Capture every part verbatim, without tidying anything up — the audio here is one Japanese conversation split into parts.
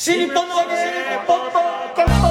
新日本のわけポッドキャスト。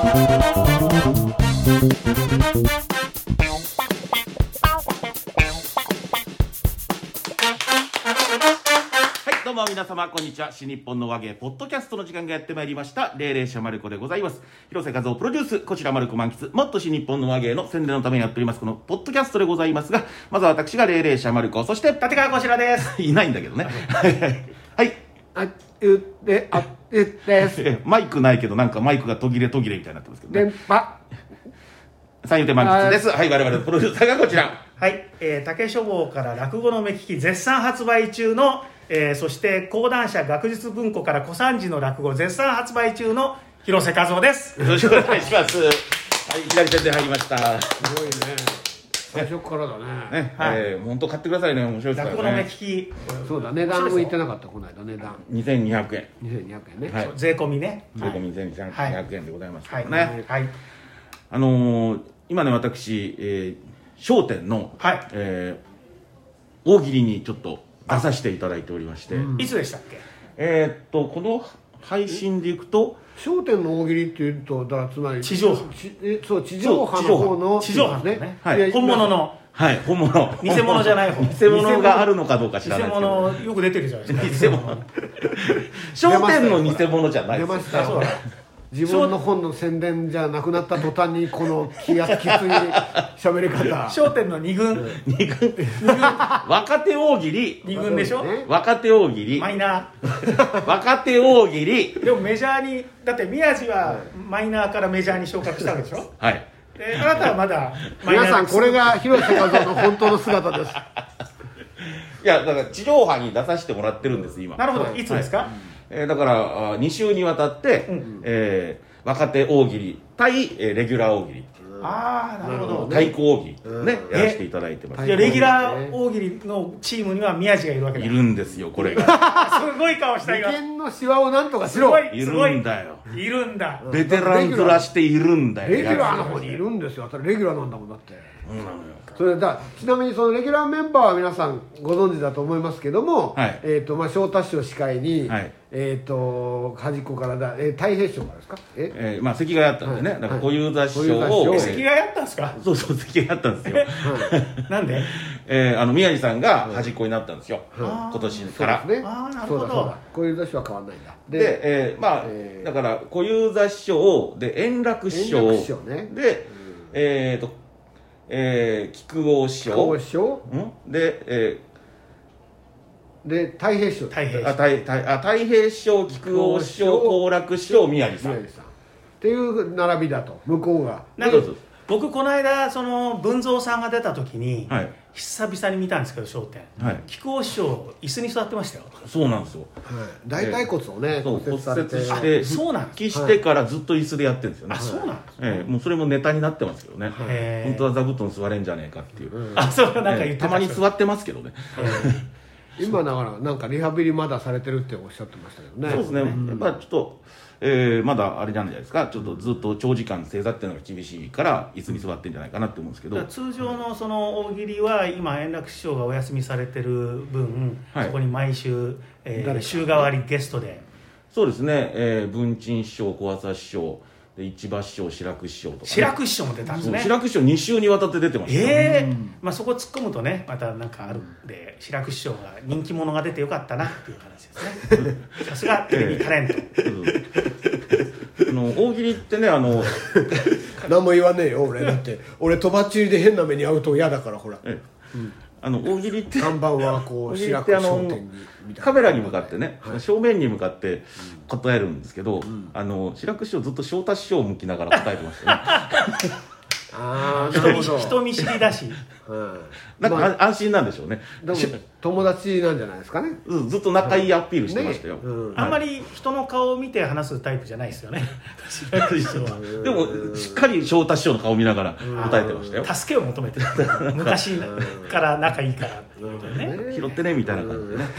どうも皆様こんにちは。新日本の和芸ポッドキャストの時間がやってまいりました。霊霊者マルコでございます。広瀬和夫プロデュース、こちらマルコ満喫、もっと新日本の和芸の宣伝のためにやっておりますこのポッドキャストでございますが、まずは私が霊霊者マルコ、そして立川こちらですいないんだけどねはいはいあうであうですマイクないけどなんかマイクが途切れ途切れみたいになってますけどね。 電波三遊亭満喫です。はい、我々のプロデューサーがこちら。 はい、えー、竹書房から落語の目利き絶賛発売中の、えー、そして講談社学術文庫から小三治の落語絶賛発売中の広瀬和夫です。 よろしくお願いしますはい、左手で入りました。 すごいね、最初からだねね、 はい、 えー、本当買ってくださいね。面白いですからね。 落語の目利き、 そうだ、値段も言ってなかったこの間。値段にせんにひゃくえん、 にせんにひゃくえんね、 はい、 税込みね、 税込みにせんにひゃくえんでございますからね、 はいはいはい、 あのー、今ね私、えー、笑点の、 はい、 えー、大喜利にちょっと出させていただいておりまして、 うん、いつでしたっけ。 えー、っとこの配信でいくと笑点の大喜利っていうと、だからつまり地上波、 えそう地上波の方の地上波ね、 はい、 本物の、 はい、本物偽物じゃない方偽物があるのかどうか知らないですけど、 偽物よく出てるじゃないですか偽物笑点の偽物じゃないです。 出ましたよ自分の本の宣伝じゃなくなった途端にこの気がきつい喋り方笑点の二軍二軍若手大喜利二軍でしょ、 ね、若手大喜利マイナー若手大喜利でもメジャーにだって宮地はマイナーからメジャーに昇格したわけでしょ。 はいであなたはまだマイナー皆さんこれが広瀬和夫の本当の姿ですいやだから地上波に出させてもらってるんです今。 なるほど、いつですか。はい、 えー、だからに週にわたって、うん、えー、若手大喜利対、えー、レギュラー大喜利、 ああなるほど、 対抗大喜利ね、やらせていただいてます。 じゃあレギュラー大喜利のチームには宮地がいるわけだ。 いるんですよこれがすごい顔した今。 眉間のシワをなんとかしろ。 いるんだよ。 いるんだ。 ベテランずらしているんだよ。 レギュラーの方にいるんですよ。レギュラーなんだもんだって。 そうなのよ。 それだちなみにそのレギュラーメンバーは皆さんご存知だと思いますけども、 はい、 えっ、ー、とまあ昇太師匠司会に、はい、えっ、ー、と端っこからだ、えー、太平師匠からですか。 え、えー、まあ関ヶ谷あったんでね。はい、だから小遊三師匠を関ヶ谷あったんですか。 そうそう関ヶ谷あったんですよ。 なんで？ えー、あの宮治さんが端っこになったんですよ。今年から。 そうですね。 ああなるほど。そうだそうだ。 小遊三師匠は変わんないんだ。 で、でえー、まあ、えー、だから小遊三師匠で円楽師匠、 円楽師匠ね。 で、えっ、ー、と。えー、木久扇師匠、 木久扇師匠、 うん、で、えー、で太平師匠、 太平あ太太あ太平師匠、木久扇師匠、好楽師匠、宮治さんっていう並びだと向こうが。 なんか僕この間その文蔵さんが出た時に、はい、久々に見たんですけど笑点、はい、木久扇師匠椅子に座ってましたよ。 そうなんですよ、 はい、大腿骨をね、 えー、骨折して復帰してからずっと椅子でやってるんですよね。 あ、そうなんです、 えー、もうそれもネタになってますけどね、本当は座布団座れんじゃねえかっていう、 うん、あ、そうなんか言ってた、えー、 たまに座ってますけどね、 えー、今だからなんかリハビリまだされてるっておっしゃってましたけどね。 そうですね、うん、やっぱちょっとえー、まだあれじゃないですか、ちょっとずっと長時間正座っていうのが厳しいから椅子に座ってるんじゃないかなって思うんですけど、 通常のその大喜利は今円楽師匠がお休みされてる分、はい、そこに毎週、えー、週替わりゲストで。 そうですね、えー、文珍師匠、小朝師匠で市場師匠、志らく師匠とか、ね、 志らく師匠も出たんですね。 志らく師匠に週にわたって出てました。 ええー、まあ、そこ突っ込むとねまたなんかあるんで、志らく師匠が人気者が出てよかったなっていう話ですねさすがテレビタレント、えー、あの大喜利ってね、あの何も言わねえよ俺だって俺とばっちりで変な目に遭うと嫌だからほら、えーうん、あの大喜利って看板はこう志らく商店にみたいなカメラに向かってね、はい、正面に向かって答えるんですけど、うん、あの志らく師匠ずっと昇太師匠を向きながら答えてましたねああ、なるほど。 人見知りだし、 うん、なんか、まあ、安心なんでしょうね。 でも友達なんじゃないですかね。 うん、ずっと仲いいアピールしてましたよ、ね、 うん、あんまり人の顔を見て話すタイプじゃないですよねでもしっかり昇太師匠の顔を見ながら答えてましたよ。 助けを求めてる昔から仲いいからっていうことでね、 拾ってねみたいな感じで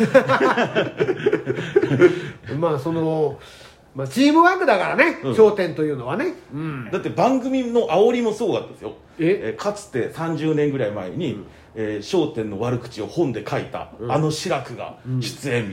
ねまあそのまあ、チームワークだからね、うん、笑点というのはね、 うん、だって番組の煽りもすごかったですよ。ええかつてさんじゅうねんぐらい前に、うん、えー、笑点の悪口を本で書いた、うん、あの志らくが出演みたいな、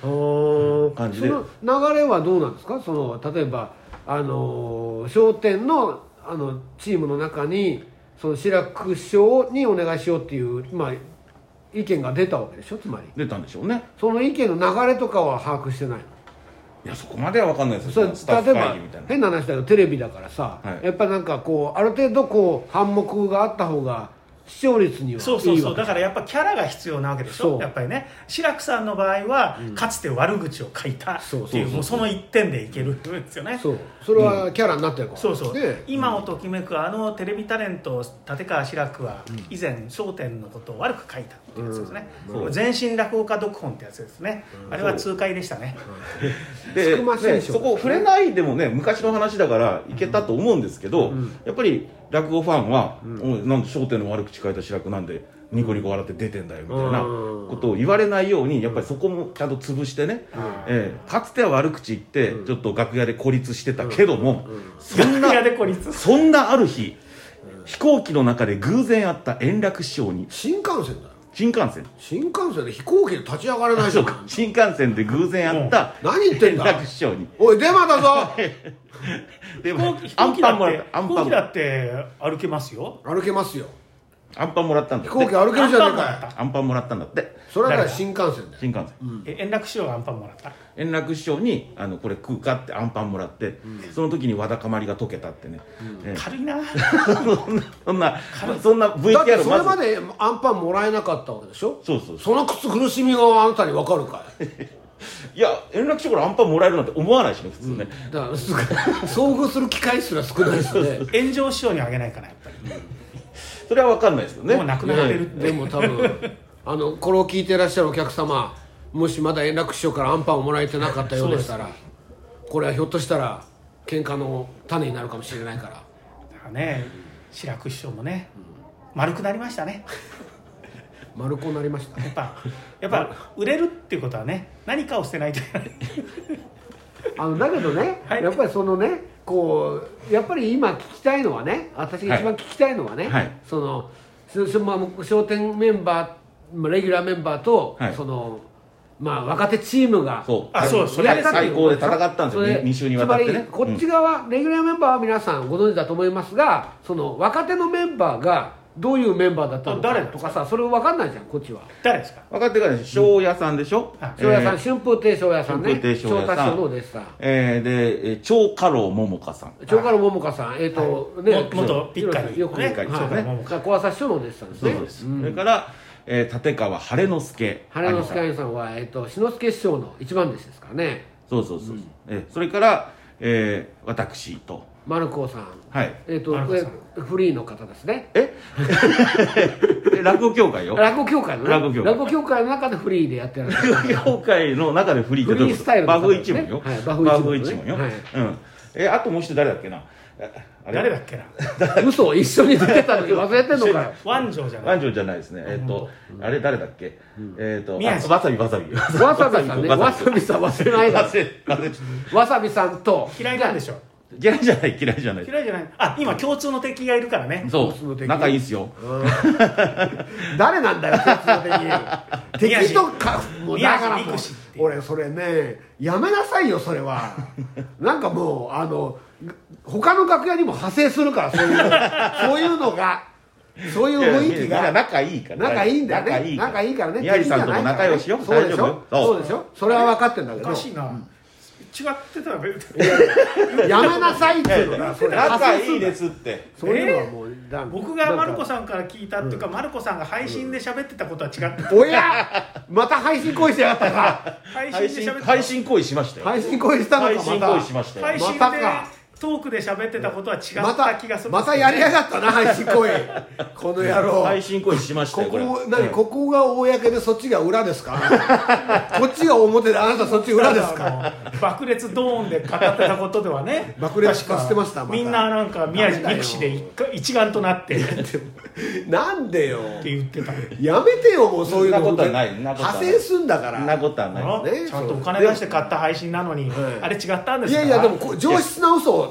感じで、 その流れはどうなんですか？その例えばあの商店のあのチームの中にその志らく師匠にお願いしようっていう、まあ、意見が出たわけでしょ。つまり出たんでしょうね。 その意見の流れとかは把握してないの？ いやそこまでは分かんないですそよ。スタッフ例えば会議みたいな。 変な話だけどテレビだからさ、 はい、 やっぱなんかこうある程度こう反目があった方が視聴率にはいいわけ。 そうそうそうだからやっぱキャラが必要なわけでしそうょ。やっぱりね志らくさんの場合は、うん、かつて悪口を書いたっていう、 そうそうそうもうその一点でいけるんですよね。 そうそれはキャラになってるから、 うん、そうそう、 ね、 今をときめくあのテレビタレント立川志らくは以前『笑点』のことを悪く書いたってやつですね、うん、全身落語家読本ってやつですね、うん、あれは痛快でしたね、 うん、で、ね、そこ触れないでもね昔の話だからいけたと思うんですけど、うん、やっぱり落語ファンは、うん、なんで『笑点』の悪口書いた志らくなんでニコニコ笑って出てんだよみたいなことを言われないようにやっぱりそこもちゃんと潰してね、うんえー、かつては悪口言ってちょっと楽屋で孤立してたけども、うんうん、そんな楽屋で孤立そんなある日、うん、飛行機の中で偶然会った円楽師匠に新幹線だよ新幹線新幹線で飛行機で立ち上がれないじゃん。 新幹線で偶然会った何言ってんだ円楽師匠においデマだぞでもアンパンもらった飛行機だって歩けますよ歩けますよアンパンもらったんだって飛行機歩けるじゃねえかよアンパンもらったんだってそれは新幹線だよ新幹線、 うん、え円楽師匠がアンパンもらった円楽師匠にあのこれ食うかってアンパンもらって、うん、その時にわだかまりが解けたってね、 うんえー、軽いなそんなそんな ブイティーアールだってそれまでアンパンもらえなかったわけでしょ。 そうそうその苦しみがあなたに分かるかいいや円楽師匠からアンパンもらえるなんて思わないしね普通ね、 うん、だから遭遇する機会すら少ないですね炎上師匠にあげないからやっぱり、うんそれは分かんないですよね。 もうなくなってるって。 でも多分あのこれを聞いていらっしゃるお客様もしまだ円楽師匠からアンパンをもらえてなかったようでしたらこれはひょっとしたら喧嘩の種になるかもしれないからだからね志らく師匠もね、うん、丸くなりましたね丸くなりましたやっぱやっぱ売れるっていうことはね何かを捨てないといけないあのだけどね、はい、やっぱりそのねこうやっぱり今聞きたいのはね私が一番聞きたいのはね、はい、その笑点メンバーレギュラーメンバーと、はい、そのまあ若手チームがそうあそうそれで最高で戦ったんですよに週にわたってね。 つまりこっち側、うん、レギュラーメンバーは皆さんご存知だと思いますがその若手のメンバーがどういうメンバーだったのかとかさそれ分かんないじゃんこっちは。 誰ですか分かってからね庄屋さんでしょ。 庄屋さん春風亭庄屋さんね春風亭庄屋さん昇太師匠のお弟子さん、 えー、で、えー、長家老桃花さん長家老桃花さんえっ、ー、と、はい、 ね元ピッカリよくね小朝師匠のお弟子さんですね。 そうです、うん、それからえー、立川晴之助晴之助兄さんは、えー、と志の輔師匠の一番弟子ですからね。 そうそうそうそう、うんえー、それから、えー、私とマルコさんはいえっ、ー、とフリーの方ですね。 え落語協会よ落語協会の、ね、 落語協会落語協会の中でフリーでやってる落語協会の中でフリーってフリースタイルの、 ね、バフ一門よ、 はい、 バフ一門よ、 はいうんえー、あともう一人誰だっけなあれ誰だっけな嘘一緒に出てたのに忘れてんのかよ万丈じゃない万丈じゃないですねえっ、ー、と、うん、あれ誰だっけ、うん、えっ、ー、と宮地わさびわさびわさびさんねわさびさん忘れないだわさびさんと嫌いなんでしょ。 嫌いじゃない嫌いじゃない嫌いじゃないあ今共通の敵がいるからね。 そう仲いいんすよ誰なんだよ共通の敵敵とかもうだからもう俺それねやめなさいよそれはなんかもうあの他の楽屋にも派生するからそういうそういうのがそういう雰囲気が仲いいから仲いいんだよね仲いい仲いいからね宮治さんとも仲良しよ。 そうでしょそうでしょそれは分かってんだけどおかしいな、うん違ってたらやめなさいっていうのがそれ仲いいですってそういうのはもう、 えー、僕がマルコさんから聞いたっていうか、うん、マルコさんが配信で喋ってたことは違ってた。 おやまた配信行為しやがったか配信で喋って配信行為しましたよ。 配信行為したのかまた配信行為しましたよ。 配信でトークで喋ってたことは違った気がする、ね、 またまたやりやがったな配信行為この野郎配信行為しましたよ。 ここ何、うん、ここが公でそっちが裏ですかこっちが表であなたそっち裏ですか爆裂ドーンで語ってたことではね爆裂化してました。またみんななんか宮地憎しで一丸となってなんでよって言ってた。 やめてよもうそういうのそんなことはない派生すんだからそんなことはない、 ね、ちゃんとお金出して買った配信なのにあれ違ったんですか。 いやいやでも上質な嘘を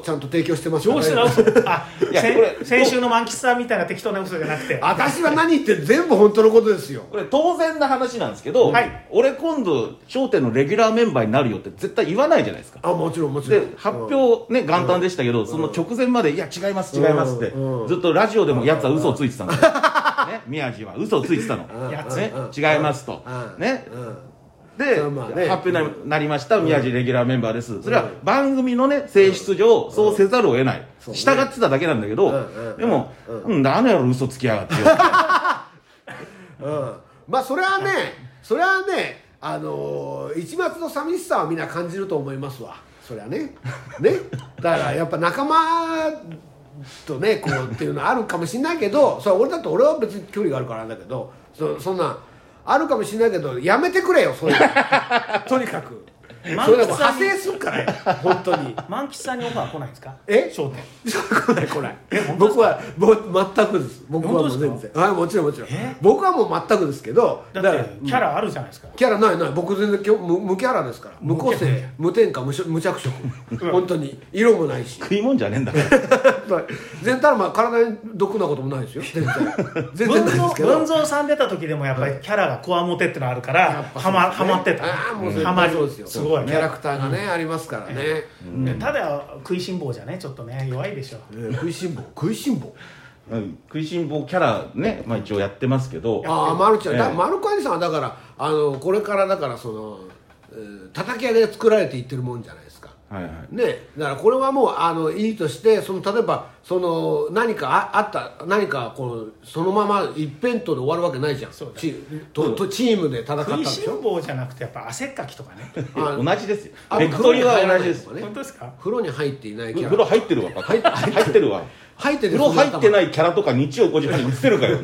ちゃんと提供してますから、 上質な嘘あいや先これ先週の満喫さんみたいな適当な嘘じゃなくて私は何言ってる全部本当のことですよ。 これ当然な話なんですけど、 はい、 俺今度笑点のレギュラーメンバーになるよって絶対言わないじゃないですか。 あ、もちろんもちろん。 で発表ね元旦でしたけど、その直前までいや違います違いますってずっとラジオでもやつは嘘をついてたんですよ、ね、宮治は嘘をついてたの、 やつね、違いますとねで、 まあね、 発表になりました、宮治レギュラーメンバーです、それは番組のね性質上そうせざるを得ない、従ってただけなんだけど、でもうん何やろ嘘つきやがってようんまあそれはねそれはねあのー、一抹の寂しさはみんな感じると思いますわ、そりゃねねだからやっぱ仲間とねこうっていうのはあるかもしれないけど、それ俺だって俺は別に距離があるからなんだけど、そそんなあるかもしれないけどやめてくれよそういうのとにかくそれでも派生するからよ本当に。 満喫さんにオファー来ないんですか？ え笑点来ない来ない僕はもう全くです。僕はもう全然はいもちろんもちろん僕はもう全くですけど、 だってキャラあるじゃないですか。 キャラないない僕全然無, 無キャラですから、無個性無添加 無, 無着色本当に色もないし食い物じゃねえんだから全体まあ体に毒なこともないですよ全然全然ないですけど、 文蔵さん出た時でもやっぱりキャラがこわもてってのあるからはまはまってた。 ああもうはまりそうですよ、 すごいねキャラクターがねありますからね。 ただ食いしん坊じゃねちょっとね弱いでしょ。 食いしん坊食いしん坊食いしん坊キャラね、まあ、一応やってますけど、 ああマルちゃん、 ええ、 だマルコ兄さんはだからあのこれからだからその、えー、叩き上げで作られていってるもんじゃないですか。 はいはい、 ね、だからこれはもうあのいいとしてその例えばその何か あ, あった何かこのそのまま一辺倒で終わるわけないじゃん。 そうだチととチームで戦ったん食いでしょ。 しん坊じゃなくてやっぱ汗っかきとかね同じですよ。 あベクトリは同じです。 ね、 本当ですか？ 風呂に入っていないキャラ。 風呂入ってるわ。入って入ってるわ。 入って風呂入ってないキャラとか日曜ごじはんに見せるかよ。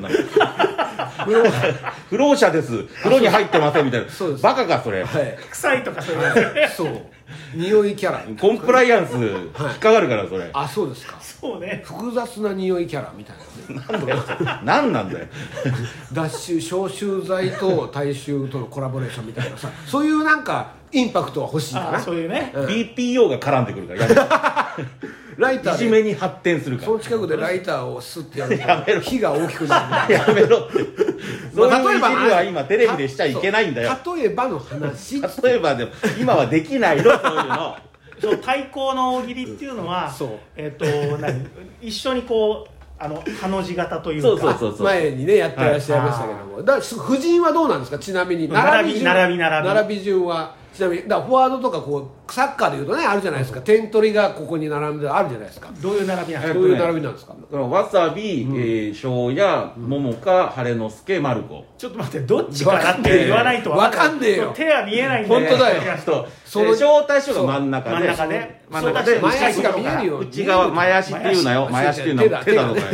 不老者です。風呂に入ってませんみたいな。 そうです。 バカかそれ。 はい、 臭いとかそういうそう。匂いキャラ。 コンプライアンス引っかかるからそれ。 あ、そうですか。 そうね。 複雑な匂いキャラみたいな。 なんだよ。なんなんだよ。 脱臭消臭剤と体臭とのコラボレーションみたいなさ、そういうなんかインパクトは欲しいかな。 そういうね。 ビーピーオー が絡んでくるからやめて。 ライターいじめに発展するから。 その近くでライターをスッてやると火が大きくなる。 やめろって。そういういじりは今テレビでしちゃいけないんだよ。 例えばの話。 例えばでも今はできないのそういうの。 そう対抗の大喜利っていうのは、えっと何一緒にこうあのハの字型というか、 そうそうそうそう前にねやってらっしゃいましたけども、はい、だ夫人はどうなんですか。ちなみに並び並び並び並び順はちなみにだフォワードとかこうサッカーでいうとねあるじゃないですか。点取りがここに並んであるじゃないですか。 どういう並びなんですか。 どういう並びなんですか。 わさび、うん、えー、翔也、桃花、晴之助、マルコ。 ちょっと待ってどっちからって言わないと分かんねえよ。 手は見えないんで。 本当だよ。 その翔太師匠が真ん中で、 真ん中で真ん中で前足が見えるよ。 内側前足っていうなよ。前足っていうのは手だろこれ。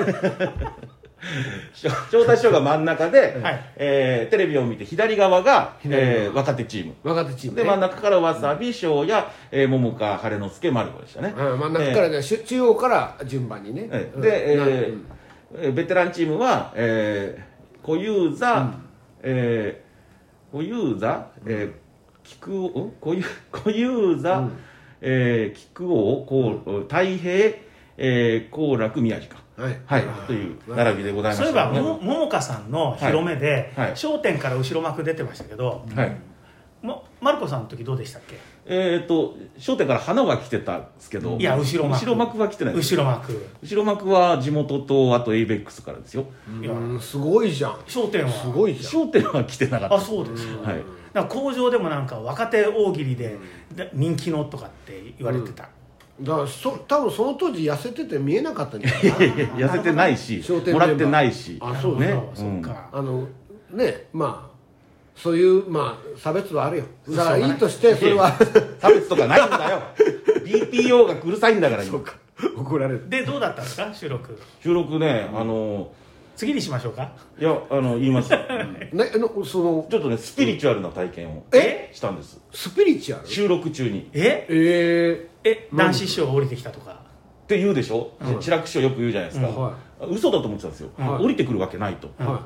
翔太師匠が真ん中で、はい、えー、テレビを見て左側が、えー、若手チーム。 若手チーム、 ね、で真ん中からわさび、翔也、えー、桃花、晴之助、マルコでしたね。 うん、真ん中からね、えー、中央から順番にね。 えー、で、えー、ベテランチームは、えー、小遊三、うん、えー、小遊三、えー、菊王、小遊小遊三、うん、えー、菊王、こう太平、えー、好楽、宮治か。はい、はい、という並びでございました、ね、 そういえばも桃花さんの広めで『笑点』から後ろ幕出てましたけど、はい、もマルコさんの時どうでしたっけ。 えっと『笑点』から花は来てたんですけど、 いや後ろ幕後ろ幕は来てないです。 後ろ幕後ろ幕は地元とあと エイベックス からですよ。 うん、すごいじゃん。 笑点はすごいじゃん。 笑点は来てなかった。 あ、そうですか。はい。だから工場でもなんか若手大喜利で人気のとかって言われてた。 うん、だからそ多分その当時痩せてて見えなかったんじゃないかな。 痩せてないしもらってないし。 あ、そうね。 そっか。 あのね、まあそういうまあ差別はあるよ。だからいいとしてそれは差別とかないんだよ。ビーピーオー がうるさいんだから今。 そうか。怒られる。 でどうだったんですか収録。 収録ね、あの次にしましょうか。 いや、あの言います。ね、 のそのちょっとねスピリチュアルな体験をしたんです。 スピリチュアル。 収録中に。 ええー、 え男子師匠が降りてきたとかって言うでしょ。志らく師匠よく言うじゃないですか。うん、嘘だと思ってたんですよ。はい、降りてくるわけないと。はい、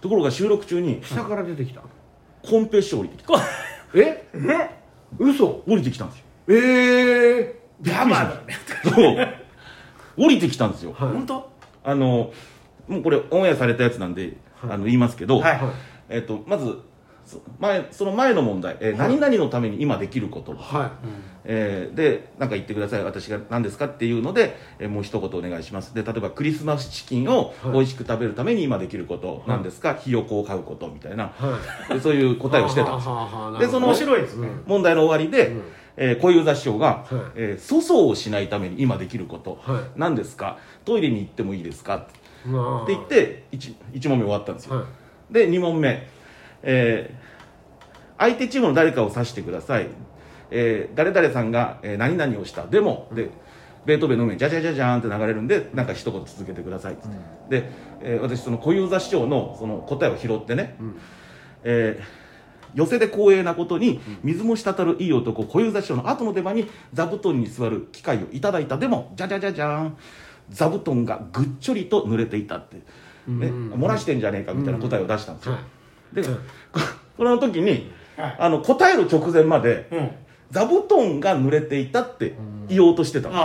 ところが収録中に下から出てきた。 コンペ師匠降りてきた。 ええ嘘降りてきたんですよ。 ええー、 ビャバーだね。 そう降りてきたんですよ、 はい、本当あのもうこれオンエアされたやつなんで、はい、あの言いますけど、 はい、 えー、とまずそ前その前の問題、えーはい、何々のために今できること、はいえー、で何か言ってください、私が何ですかっていうので、えー、もう一言お願いします。で例えばクリスマスチキンを美味しく食べるために今できることなんですか、はい、ひよこを買うことみたいな、はい、でそういう答えをしてたんですよ。でその面白いですね。 問題の終わりで、うんえー、小遊三師匠が、はいえー、粗相をしないために今できること、はい、何ですか、トイレに行ってもいいですかって言って 1, いち問目終わったんですよ、はい、でに問目、えー相手チームの誰かを指してください、えー、誰々さんが、えー、何々をしたでも、うん、でベートーベンの上にジャジャジャジャーンって流れるんでなんか一言続けてくださいって、うん、で、えー、私その小遊三師匠のその答えを拾ってね、うんえー、寄せで光栄なことに水も滴るいい男小遊三師匠の後の出番に座布団に座る機会をいただいたでもジャジャジャジャーン座布団がぐっちょりと濡れていたって、ね、漏らしてんじゃねえかみたいな答えを出したんですよ、でこの時にあの答える直前まで、うん、座布団が濡れていたって言おうとしてたんです、うん、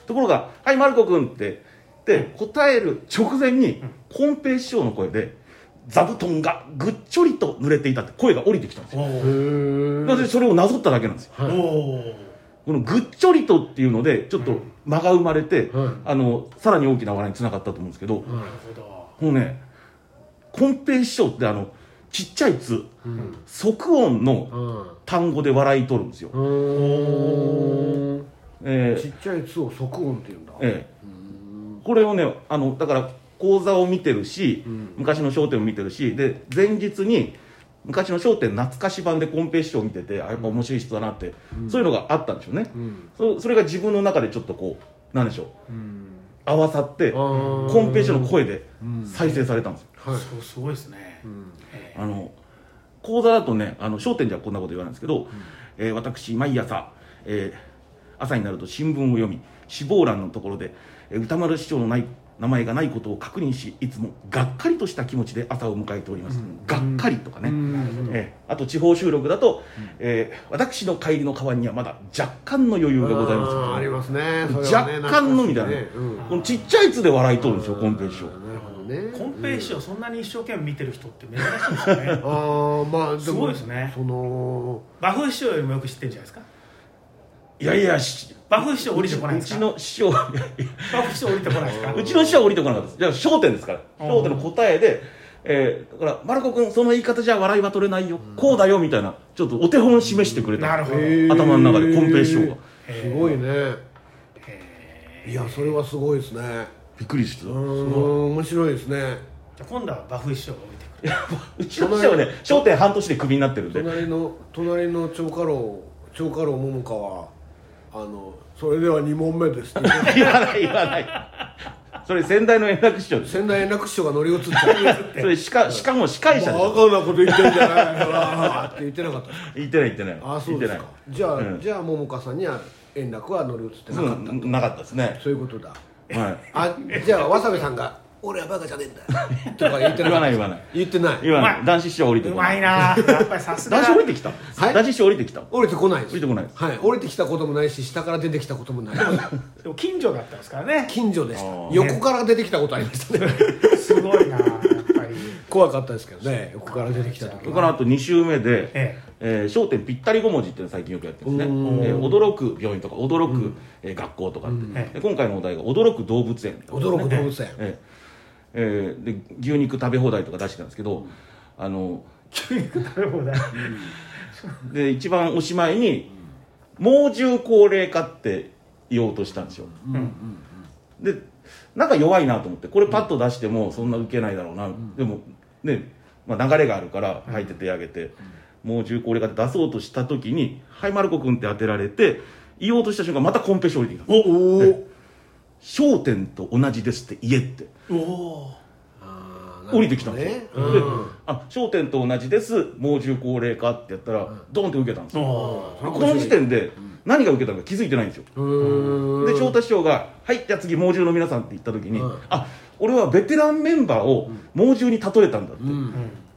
ところが「はいマルコ君」ってで答える直前に金平師匠の声で「座布団がぐっちょりと濡れていた」って声が降りてきたんですよ。なのでそれをなぞっただけなんですよ。はい、このぐっちょりとっていうのでちょっと間が生まれて、うん、あのさらに大きな笑いにつながったと思うんですけど、うん、もうね金平師匠ってあのちっちゃい「つ」うん、即音の単語で笑い取るんですよ、うんえー、ちっちゃい「つ」を即音って言うんだ、ええ、 うんこれをねあのだから講座を見てるし、うん、昔の笑点を見てるしで前日に昔の笑点懐かし版で金平師匠を見ててあやっぱ面白い人だなって、うん、そういうのがあったんでしょうね、うん、そ, それが自分の中でちょっとこうなんでしょう、うん、合わさって金平師匠の声で再生されたんですよ、 うんはい、そうすごいですね、うんあの講座だとねあの笑点ではこんなこと言わないんですけど、うんえー、私毎朝、えー、朝になると新聞を読み志望欄のところで、えー、歌丸師匠のない名前がないことを確認しいつもがっかりとした気持ちで朝を迎えております、うん、がっかりとかね、うんえー、あと地方収録だと、うんえー、私の帰りの川にはまだ若干の余裕がございます、 あ, ありますね、それはね若干のみたいな、ねうん、このちっちゃい「つ」で笑いとるんですよ金平師匠。 金平師匠そんなに一生懸命見てる人って珍しいですよねあまあでもすごいですね。 その馬風師匠よりもよく知ってるんじゃないですか。 いやいや馬風師匠降りてこないですか。 うちの師匠馬風師匠降りてこないですか。 うちの師匠は降りてこなかったです。じゃあ笑点ですから笑点の答えで、えー、だからマルコ君その言い方じゃ笑いは取れないよ、うん、こうだよみたいなちょっとお手本を示してくれた、 なるほど頭の中で金平師匠がすごいね。いやそれはすごいですね。 びっくりした。 うん面白いですね。 じゃあ今度は馬風師匠が降りてくる。 うちの師匠はね笑点半年でクビになってるんで隣の隣の長家老長家老桃花はあのそれではに問目ですって言わない言わないそれ先代の円楽師匠です。 先代円楽師匠が乗り移っちゃうそれしかしかも司会者でバカなこと言ってんじゃないのって言ってなかったですか。 言ってない言ってない。 あそうですか。じゃあ、うん、じゃあ桃花さんには円楽は乗り移ってなかった、うん、 なかったですね。 そういうことだ。 はい、 あじゃあ渡部さんが俺はバカじゃねえんだとか言ってない。 言わない言わない言ってない言わない。男子師匠降りてこない。うまいなやっぱりさすが男子降りてきた、はい、男子師匠降りてきた降りてこないです。 降りてこないです。 はい降りてきたこともないし下から出てきたこともないでも近所だったんですからね。 近所でした。横から出てきたことありましたねすごいなやっぱり怖かったですけどね横から出てきた時。 それからあとに週目で、えええー、笑点ぴったりご文字っていうのを最近よくやってるんですね、えー、驚く病院とか驚く、えー、学校とかって、うん、今回のお題が驚く動物園、ね、 驚く動物園、 えーえー、で牛肉食べ放題とか出してたんですけど、うん、あの牛肉食べ放題で一番おしまいに猛獣高齢化って言おうとしたんですよ、うんうんうん、でなんか弱いなと思ってこれパッと出してもそんなウケないだろうな、うん、でもね、まあ、流れがあるから入って手挙げて、うん猛獣高齢化って出そうとした時に「はいマルコ君」って当てられて言おうとした瞬間またコンペシ降りてきた。おお笑点と同じですって言えっておお降りてきたんですよ、ねうん、であ笑点と同じです猛獣高齢化ってやったら、うん、ドンって受けたんですよ。この時点で何が受けたのか気づいてないんですよ。で翔太師匠が「はいじゃあ次猛獣の皆さん」って言った時に、うん、あ俺はベテランメンバーを猛獣に例えたんだって、うん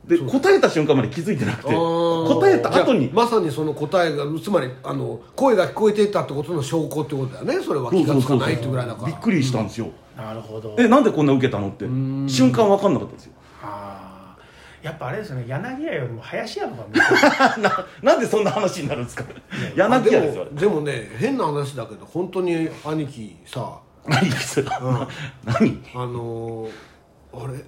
で答えた瞬間まで気づいてなくて、答えた後にまさにその答えがつまりあの声が聞こえていたってことの証拠ってことだよね。それは気がつかないってぐらいだからびっくりしたんですよ、 うん、なるほど。 えなんでこんな受けたのって瞬間分かんなかったんですよ。 あやっぱあれですね、柳家よりも林家の方がな, なんでそんな話になるんですか。柳家ですよ。 でもね変な話だけど本当に兄貴さ何それ、うん、何あのー、あれ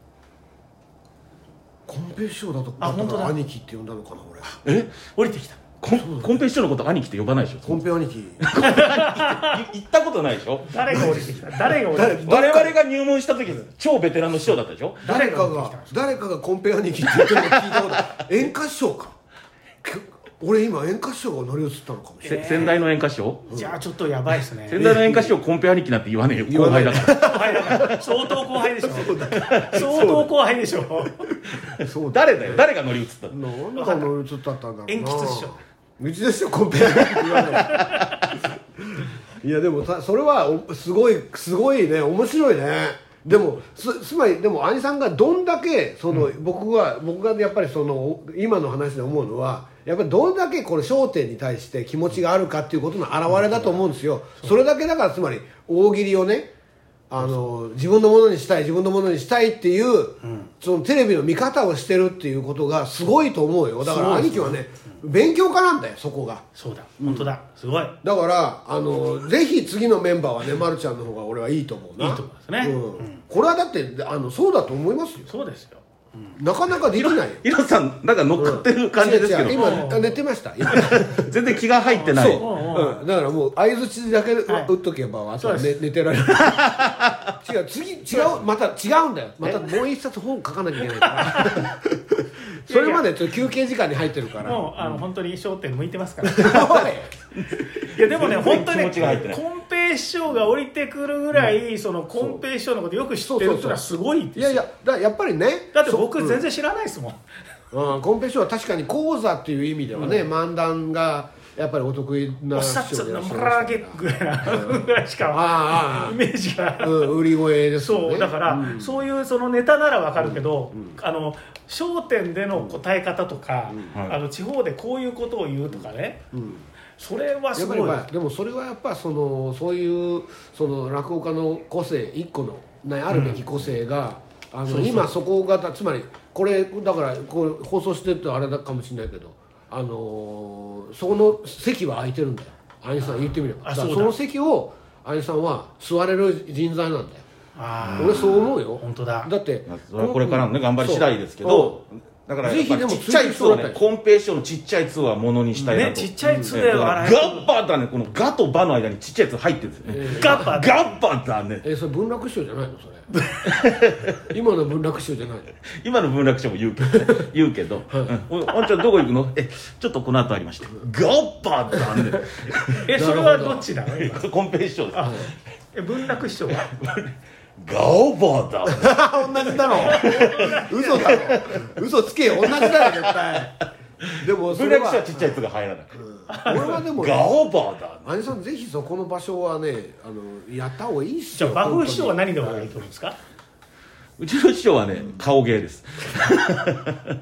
コンペ師匠だとだったから兄貴って呼んだのかな俺。え降りてきた。 コンペ師匠のこと兄貴って呼ばないでしょ。 コンペ兄貴言ったことないでしょ。 誰が降りてきた誰が降りてきた。 我々が入門した時超ベテランの師匠だったでしょ。 誰かが誰かがコンペ兄貴って言ってるの聞いたこと演歌師匠か。俺今演歌師匠が乗り移ったのかもしれない、 えー、先代の演歌師匠。 じゃあちょっとやばいですね。 先代の演歌師匠コンペ兄貴なんて言わねえよ。後輩だから相当後輩でしょ。相当後輩でしょ。 そう誰だよ。誰が乗り移ったの。 何が乗り移ったんだろうな。 演吉師匠道ですよコンペ兄貴って言わないいやでもそれはすごいすごいね面白いね。でも つ, つまりでも兄さんがどんだけその、うん、僕が僕がやっぱりその今の話で思うのはやっぱりどんだけこれ焦点に対して気持ちがあるかっていうことの表れだと思うんですよ。それだけだからつまり大喜利をねあの自分のものにしたい自分のものにしたいっていう、うん、そのテレビの見方をしてるっていうことがすごいと思うよ。だから兄貴はね、うん、勉強家なんだよそこが。 そうだ本当だ、うん、すごい。だからあのぜひ次のメンバーはねまるちゃんの方が俺はいいと思うな。 いいと思いますね、うんうん、これはだってあのそうだと思いますよ。 そうですよ、 うん、なかなかできないよ。 ヒロさんなんか乗っかってる感じですけど、うん、 今寝てました全然気が入ってない。 そう、うん、だからもう相づちだけ打っとけば、はい、あとは 寝, 寝てられる違う次違うまた違うんだよ。またもう一冊本書かなきゃいけないからそれまでちょっと休憩時間に入ってるからもうあの、うん、本当に焦点向いてますからいやでもね本当にねコンペ師匠が降りてくるぐらい、うん、そのコンペ師匠のことよく知ってるってのはすごいですよ。 いやいやだやっぱりねだって僕全然知らないですもん、 うん、コンペ師匠は確かに講座っていう意味ではね、うん、漫談がやっぱりお得意なお札のムラゲぐらいなぐらいしかイメージが、 うん、売り声ですよね。 そうだから、うん、そういうそのネタならわかるけど、うんうん、あの笑点での答え方とか、うん、あの地方でこういうことを言うとかね、うん、それはすごい。 やっぱりでもそれはやっぱそのそういうその落語家の個性一個の、ね、あるべき個性が、うん、あのそうそう今そこがつまりこれだからこれ放送してるとあれだかもしれないけどあのー、その席は空いてるんだよ。兄さん言ってみれば そ, その席を兄さんは座れる人材なんだよ。あ俺そう思うよ。 本当だ。 だってこれからのね頑張り次第ですけどだからやっぱりちっちゃいツをねコンペ師匠のちっちゃいツはものにしたいなと、 ね、ちっちゃいツで笑える、うん、ガッバだね。このガとバの間にちっちゃいツ入ってるんですよね、えー、 ガッバガッバだね。 えー、それ文楽師匠じゃないのそれ今の文楽師匠じゃないの。 今の文楽師匠も言うけど、ね、言うけど、はいうん、あんちゃんどこ行くの。えちょっとこの後ありましてガッバだねえそれはどっちなの今コンペ師匠です。 え文楽師匠はガオバーだ同じだろ嘘だろ嘘つけよ同じだよ絶対。でもそれは文楽師匠はちっちゃいつが入らない、 うん、俺はでも、ね、 ガオバーだ。 兄さんぜひそこの場所はねあのやった方がいいっすよ。 じゃあ馬風師匠は何で笑いとるんですか。 うちの師匠はね、うん、顔芸です怖い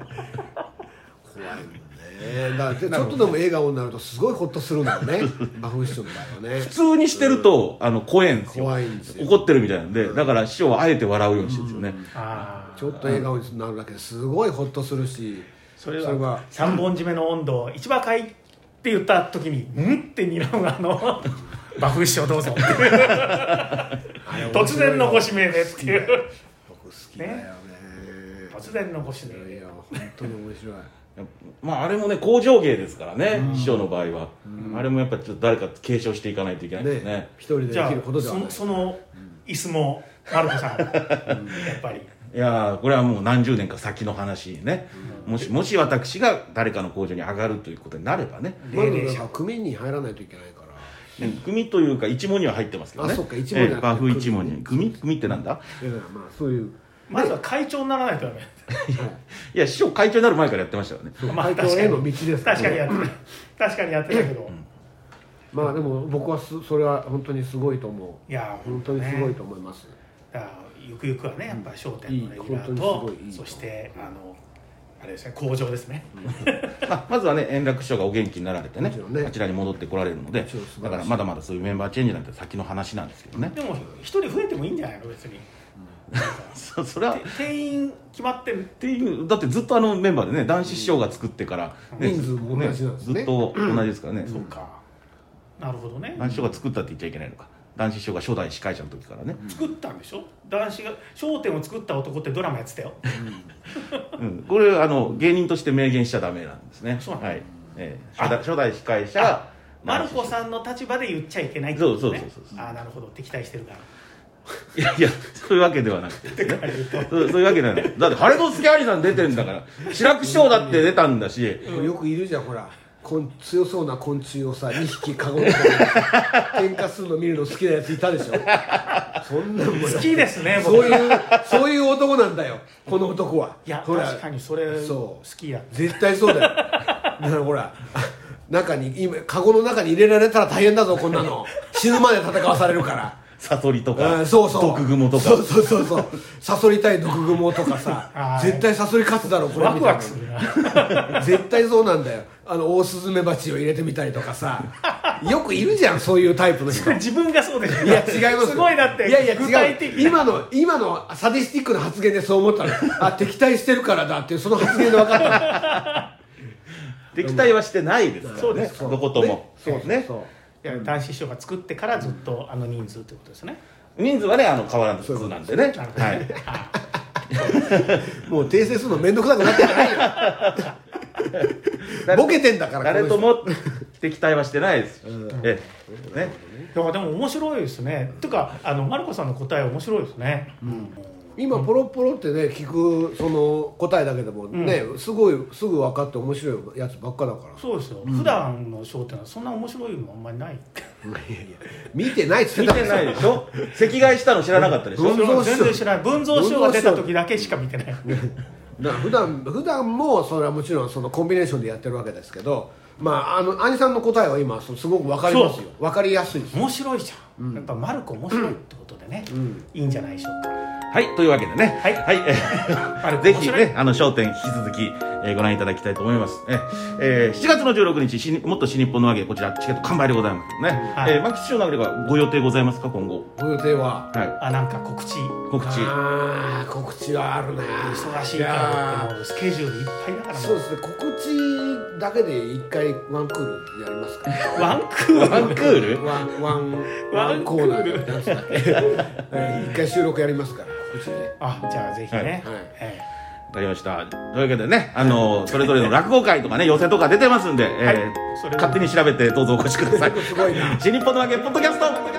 ね。だからちょっとでも笑顔になるとすごいホッとするんだよね馬風師匠の場合はね。 普通にしてると、うん、あの怖いんですよ。 怖いんですよ。 怒ってるみたいなんで、だから師匠はあえて笑うようにしてるんですよね、うん、 あちょっと笑顔になるだけですごいホッとするし。 それは三本締めの温度一番買いって言った時にんって睨むあの馬風師匠どうぞ突然のご指名でっていう僕好きだよね、 突然のご指名。 いや本当に面白いまああれもね工場芸ですからね、うん、師匠の場合は、うん、あれもやっぱりちょっと誰か継承していかないといけないですね。 ね一人でできることではない。 そ, その椅子もマルコさん、うん、やっぱりいやこれはもう何十年か先の話ね、うん、もしもし私が誰かの工場に上がるということになればね、 まずだから組に入らないといけないから、 ね、組というか一門には入ってますけどね。 あそっか一門にはバフ一門に組組ってなんだ。 いやまあそういうまずは会長にならないとダメいや師匠会長になる前からやってましたよね。 まあ、会長への道ですから、ね、確かにやってた確かにやってたけど、うん、 まあでも僕はそれは本当にすごいと思う。 いや本当にすごいと思います。 だからゆくゆくはねやっぱり笑点のレギュラーと、そしてあのあれですね、向上ですね、 まあ、まずはね円楽師匠がお元気になられて ね, ねあちらに戻ってこられるので、だからまだまだそういうメンバーチェンジなんて先の話なんですけどね。 でも一人増えてもいいんじゃないの別に、 そ, それは定員決まってるっていう、だってずっとあのメンバーでね男子師匠が作ってから、ね、 人数も同じなんですね、 ずっと同じですからね、 そうか、なるほどね。 男子師匠が作ったって言っちゃいけないのか、男子師匠が初代司会者の時からね、 作ったんでしょ、男子が笑点を作った男ってドラマやってたよ、 うん、これあの芸人として明言しちゃダメなんですね。 そうなんだ、 はい、えー、初代初代司会者がマルコさんの立場で言っちゃいけないってそうことね。 そうそうそう、 ああなるほど、敵対してるから。 いやいやそういうわけではなくてですねそうそういうわけではない。だってハレドスキアリさん出てるんだから、志らく師匠だって出たんだし、 よくいるじゃんほら、こん強そうな昆虫をさにひきカゴの中に喧嘩するの見るの好きなやついたでしょそんなもん好きですねそういうそういう男なんだよこの男は。 いやほら確かにそれそう好きだ、 絶対そうだよだからほら中に今カゴの中に入れられたら大変だぞこんなの死ぬまで戦わされるからサソリとか、 うん、そうそう毒蜘蛛とか、 そうそうそうそうサソリ対毒蜘蛛とかさ絶対サソリ勝つだろうこれワクみたいワクするなな絶対そうなんだよ。あのオオスズメバチを入れてみたりとかさよくいるじゃんそういうタイプの人自分がそうでしょ。 いや違いますすごいだっていやいや具体的違う今の今のサディスティックな発言でそう思ったのあ敵対してるからだっていうその発言で分かったの敵対はしてないですからね、 そうですどことも、 ねそうね、 そういや男子師匠が作ってからずっとあの人数ってことですね。 人数はねあの変わらず普通なんでね、 なるほどはいね、 もう訂正するの面倒くさくなってんじゃないよボケてんだから誰とも敵対はしてないです、ええね、 いやでも面白いですね。てかあのマルコさんの答え面白いですね、うん今ポロポロってね聞くその答えだけでもね、うん、すごいすぐ分かって面白いやつばっかだから。 そうですよ、うん、普段の笑点はそんな面白いのあんまりない。いやいや見てないっつってた見てないでしょ席替えしたの知らなかったでしょ。 全然知らない。文蔵師匠が出た時だけしか見てないだから普段普段もそれはもちろんそのコンビネーションでやってるわけですけど、まああの兄さんの答えは今すごく分かりますよ。分かりやすいです。 面白いじゃん、うん、やっぱマルコ面白いってことでね、うん、いいんじゃないでしょうか。 はい、というわけでね、 はい、 はい、えー、ぜひね、あの、笑点引き続き、えー、ご覧いただきたいと思います。ええー、しちがつのじゅうろくにち、しもっと新日本のわけ、こちら、チケット完売でございますね。はい、えー、満喫師匠のあればご予定ございますか、今後。 ご予定は、 はい。あ、なんか告知。 告知。 ああ、告知はあるね。 忙しいからって、もうスケジュールいっぱいだから。 そうですね、告知だけで一回ワンクールやりますか。 ワンクールワンクールワン、ワン、ワンコーナーでやってましたっけ。一回収録やりますから。 あ、じゃあぜひね、はいはい、 わかりました。というわけでね、あのそれぞれの落語会とかね寄席とか出てますんで、はい、えー、勝手に調べてどうぞお越しください。 すごいな。 新日本のわけポッドキャスト。